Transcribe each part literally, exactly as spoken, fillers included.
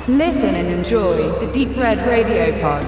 Listen and enjoy the Deep Red Radio Pod.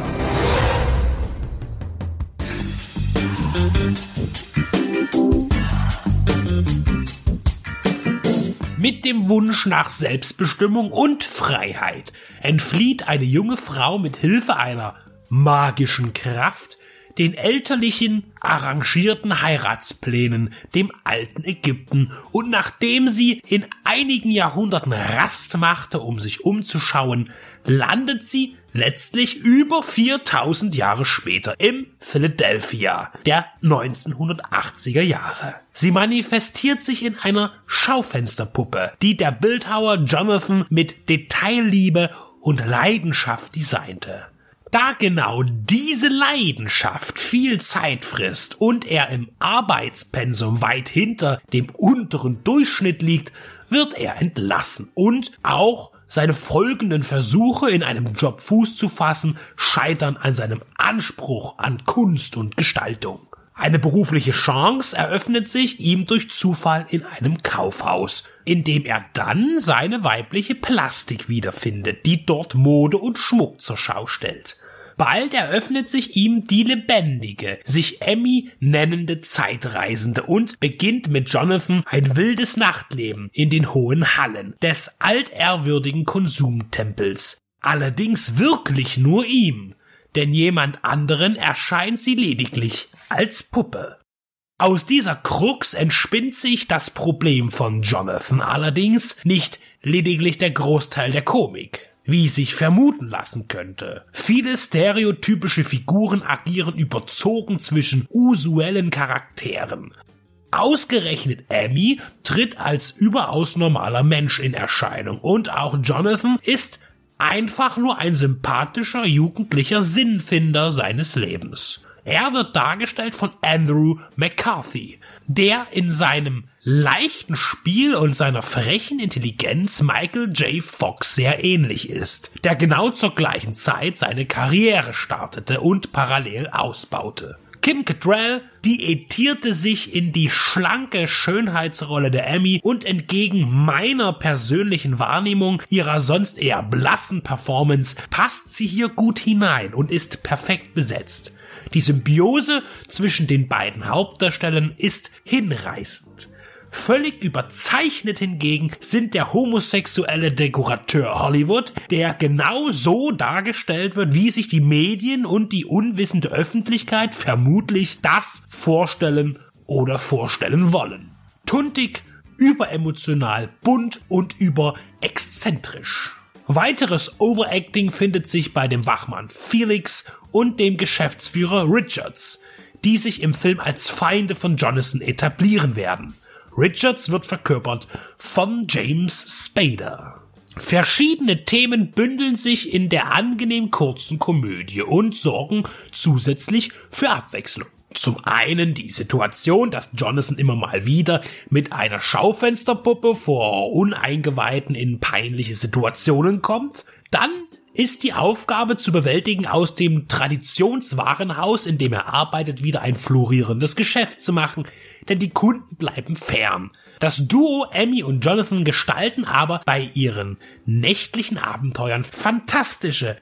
Mit dem Wunsch nach Selbstbestimmung und Freiheit entflieht eine junge Frau mit Hilfe einer magischen Kraft den elterlichen, arrangierten Heiratsplänen, dem alten Ägypten, und nachdem sie in einigen Jahrhunderten Rast machte, um sich umzuschauen, landet sie letztlich über viertausend Jahre später im Philadelphia der neunzehnhundertachtziger Jahre. Sie manifestiert sich in einer Schaufensterpuppe, die der Bildhauer Jonathan mit Detailliebe und Leidenschaft designte. Da genau diese Leidenschaft viel Zeit frisst und er im Arbeitspensum weit hinter dem unteren Durchschnitt liegt, wird er entlassen und auch seine folgenden Versuche, in einem Job Fuß zu fassen, scheitern an seinem Anspruch an Kunst und Gestaltung. Eine berufliche Chance eröffnet sich ihm durch Zufall in einem Kaufhaus, in dem er dann seine weibliche Plastik wiederfindet, die dort Mode und Schmuck zur Schau stellt. Bald eröffnet sich ihm die lebendige, sich Emmy nennende Zeitreisende und beginnt mit Jonathan ein wildes Nachtleben in den hohen Hallen des altehrwürdigen Konsumtempels. Allerdings wirklich nur ihm, denn jemand anderen erscheint sie lediglich als Puppe. Aus dieser Krux entspinnt sich das Problem von Jonathan, allerdings nicht lediglich der Großteil der Komik, wie sich vermuten lassen könnte. Viele stereotypische Figuren agieren überzogen zwischen usuellen Charakteren. Ausgerechnet Emmy tritt als überaus normaler Mensch in Erscheinung und auch Jonathan ist einfach nur ein sympathischer jugendlicher Sinnfinder seines Lebens. Er wird dargestellt von Andrew McCarthy, der in seinem leichten Spiel und seiner frechen Intelligenz Michael J. Fox sehr ähnlich ist, der genau zur gleichen Zeit seine Karriere startete und parallel ausbaute. Kim Cattrall diätierte sich in die schlanke Schönheitsrolle der Emmy und entgegen meiner persönlichen Wahrnehmung ihrer sonst eher blassen Performance passt sie hier gut hinein und ist perfekt besetzt. Die Symbiose zwischen den beiden Hauptdarstellern ist hinreißend. Völlig überzeichnet hingegen sind der homosexuelle Dekorateur Hollywood, der genau so dargestellt wird, wie sich die Medien und die unwissende Öffentlichkeit vermutlich das vorstellen oder vorstellen wollen. Tuntig, überemotional, bunt und überexzentrisch. Weiteres Overacting findet sich bei dem Wachmann Felix und dem Geschäftsführer Richards, die sich im Film als Feinde von Jonathan etablieren werden. Richards wird verkörpert von James Spader. Verschiedene Themen bündeln sich in der angenehm kurzen Komödie und sorgen zusätzlich für Abwechslung. Zum einen die Situation, dass Jonathan immer mal wieder mit einer Schaufensterpuppe vor Uneingeweihten in peinliche Situationen kommt. Dann ist die Aufgabe zu bewältigen, aus dem Traditionswarenhaus, in dem er arbeitet, wieder ein florierendes Geschäft zu machen, denn die Kunden bleiben fern. Das Duo Emmy und Jonathan gestalten aber bei ihren nächtlichen Abenteuern fantastische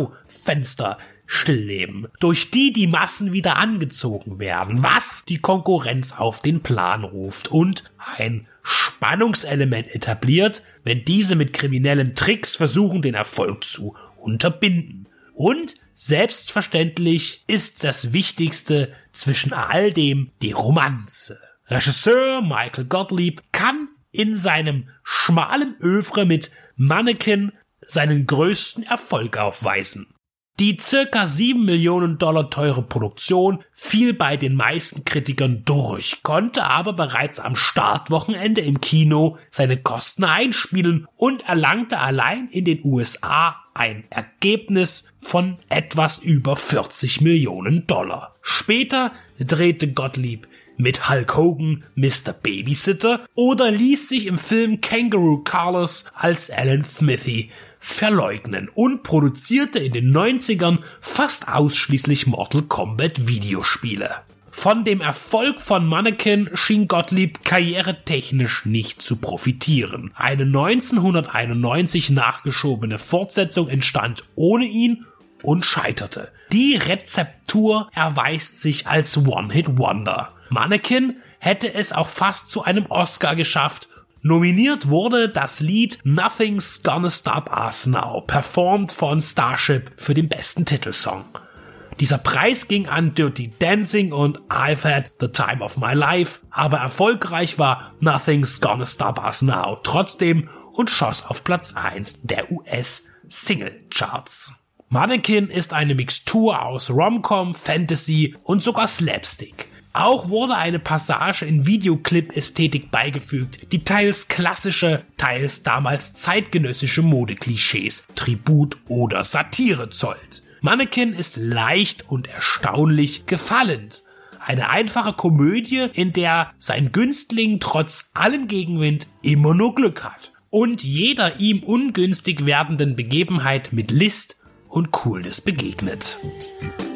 Schaufenster-Stillleben, durch die die Massen wieder angezogen werden, was die Konkurrenz auf den Plan ruft und ein Spannungselement etabliert, wenn diese mit kriminellen Tricks versuchen, den Erfolg zu unterbinden. Und selbstverständlich ist das Wichtigste zwischen all dem die Romanze. Regisseur Michael Gottlieb kann in seinem schmalen Œuvre mit Mannequin seinen größten Erfolg aufweisen. Die circa sieben Millionen Dollar teure Produktion fiel bei den meisten Kritikern durch, konnte aber bereits am Startwochenende im Kino seine Kosten einspielen und erlangte allein in den U S A ein Ergebnis von etwas über vierzig Millionen Dollar. Später drehte Gottlieb mit Hulk Hogan Mister Babysitter oder ließ sich im Film Kangaroo Carlos als Alan Smithy verleugnen und produzierte in den neunzigern fast ausschließlich Mortal Kombat Videospiele. Von dem Erfolg von Mannequin schien Gottlieb karrieretechnisch nicht zu profitieren. Eine neunzehnhunderteinundneunzig nachgeschobene Fortsetzung entstand ohne ihn und scheiterte. Die Rezeptur erweist sich als One-Hit-Wonder. Mannequin hätte es auch fast zu einem Oscar geschafft. Nominiert wurde das Lied Nothing's Gonna Stop Us Now, performt von Starship für den besten Titelsong. Dieser Preis ging an Dirty Dancing und I've Had the Time of My Life, aber erfolgreich war Nothing's Gonna Stop Us Now trotzdem und schoss auf Platz eins der U S-Single-Charts. Mannequin ist eine Mixtur aus Rom-Com, Fantasy und sogar Slapstick. Auch wurde eine Passage in Videoclip-Ästhetik beigefügt, die teils klassische, teils damals zeitgenössische Modeklischees, Tribut oder Satire zollt. Mannequin ist leicht und erstaunlich gefallend. Eine einfache Komödie, in der sein Günstling trotz allem Gegenwind immer nur Glück hat und jeder ihm ungünstig werdenden Begebenheit mit List und Coolness begegnet.